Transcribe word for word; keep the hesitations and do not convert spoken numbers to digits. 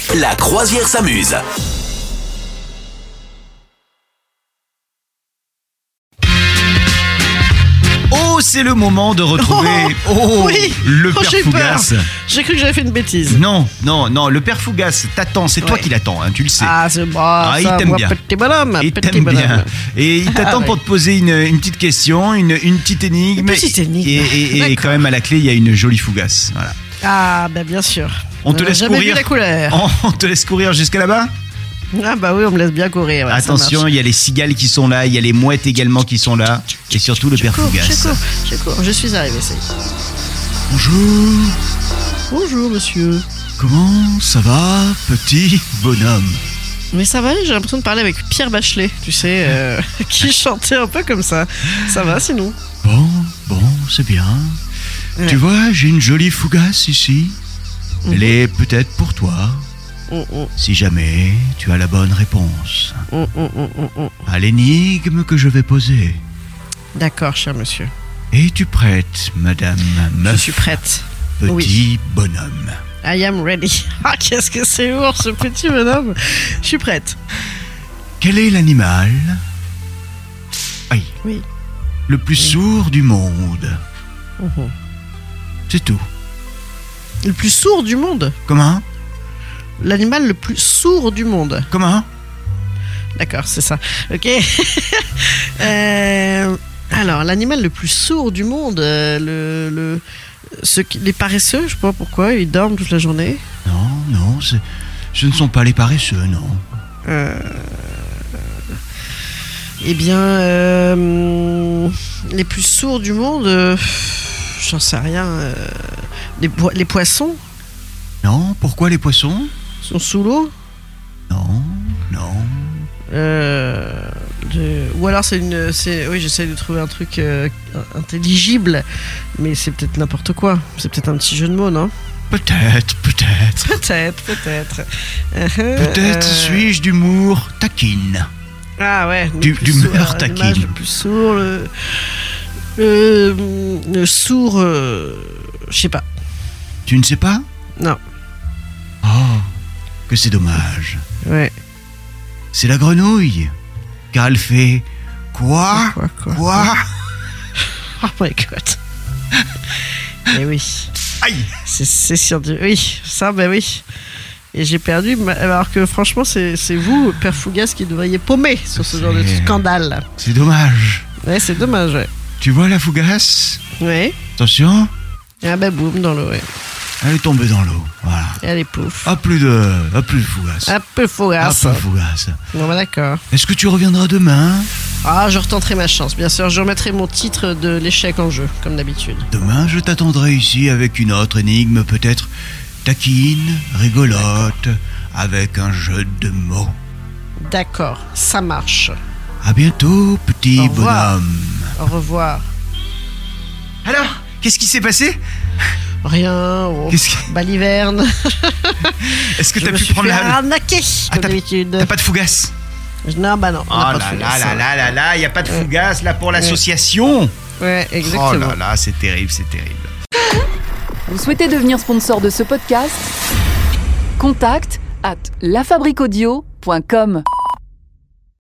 La croisière s'amuse. Oh, c'est le moment de retrouver Oh, oh, oui. le Oh, père j'ai eu peur. Fougas. J'ai cru que j'avais fait une bêtise. Non, non, non, le père Fougas t'attend, c'est toi Ouais. qui l'attends, hein, tu le sais. Ah, c'est bon. Ah, il ça, t'aime moi, bien. Petit bonhomme. Il petit t'aime bonhomme. bien. Et il t'attend Ah, pour ouais. te poser une, une petite question, une, une petite énigme. Une petite énigme. Et, et- et D'accord. quand même, à la clé, il y a une jolie Fougasse. Voilà. Ah, bah bien sûr. On te n'a laisse jamais courir. vu la couleur. On te laisse courir jusqu'à là-bas. Ah, bah oui, on me laisse bien courir. Ouais, ça Attention, marche. il y a les cigales qui sont là, il y a les mouettes également qui sont là. Et surtout le Je père cours, je Fougas. cours, je cours. Je suis arrivé, ça y est. Bonjour, Bonjour, monsieur. comment ça va, petit bonhomme? Mais ça va, j'ai l'impression de parler avec Pierre Bachelet, tu sais, euh, qui chantait un peu comme ça. Ça va, sinon. Bon, bon, c'est bien. Ouais. Tu vois, j'ai une jolie Fougasse ici. Elle est peut-être pour toi, Hum, hum, si jamais tu as la bonne réponse hum, hum, hum, hum, hum. à l'énigme que je vais poser. D'accord, cher monsieur. Es-tu prête, madame meuf, Je suis prête. petit oui. bonhomme? I am ready. Ah, qu'est-ce que c'est lourd, ce petit bonhomme. Je suis prête. Quel est l'animal Aïe. Oui. Le plus sourd du monde? Mhm. C'est tout. Le plus sourd du monde. Comment? L'animal le plus sourd du monde. Comment? D'accord, c'est ça. Ok. Euh, alors, l'animal le plus sourd du monde, euh, le, le, ceux qui- les paresseux, je sais pas pourquoi, ils dorment toute la journée. Non, non, c'est- ce ne sont pas les paresseux, non. Euh, eh bien, euh, les plus sourds du monde, euh, j'en sais rien. euh, les, po- les poissons Non, pourquoi les poissons? sont sous l'eau. Non, non. Euh, de- Ou alors c'est une, c'est, oui, j'essaie de trouver un truc euh, intelligible, mais c'est peut-être n'importe quoi. C'est peut-être un petit jeu de mots, non? Peut-être, peut-être. Peut-être, peut-être. Peut-être Euh, suis-je d'humour taquine. Ah ouais. le Du- plus d'humeur sourd, euh, taquine. l'image le plus sourd, le, le, le sourd, euh, je sais pas. Tu ne sais pas? Non. Oh, que c'est dommage. Ouais. C'est la grenouille. Car elle fait quoi? Quoi, quoi, Quoi? Oh my god. Eh oui. Aïe! C'est, c'est sûr. de- Oui, ça, ben oui. Et j'ai perdu, ma- alors que franchement, c'est, c'est vous, Père Fougas, qui devriez paumer sur ce genre de C'est- scandale. C'est dommage. Ouais, c'est dommage, ouais. Tu vois la Fougasse? Ouais. Attention, Et ah bah boum, dans l'eau, ouais. elle est tombée dans l'eau. Voilà. Et allez, pouf. Ah, plus de, ah, plus de Fougasse. Un peu Ah, Fougas. plus de Fougasse. Bon, bah d'accord. Est-ce que tu reviendras demain? Ah, je retenterai ma chance, bien sûr. Je remettrai mon titre de l'échec en jeu, comme d'habitude. Demain, je t'attendrai ici avec une autre énigme, peut-être taquine, rigolote, avec un jeu de mots. D'accord, ça marche. À bientôt, petit Au revoir. bonhomme. Au revoir. Alors, qu'est-ce qui s'est passé? Rien. Oh, Qu'est-ce que- baliverne. Est-ce que Je t'as me pu suis prendre fait la... arnaquer, Ah, comme t'as- d'habitude. T'as pas de Fougasse? Non, bah non. on Oh n'a pas de là Fougas, là ça. là là là là, y a pas de Ouais. Fougasse là pour Ouais. l'association. Ouais, Oh exactement. là là, c'est terrible, c'est terrible. Vous souhaitez devenir sponsor de ce podcast? Contact à lafabriquaudio point com.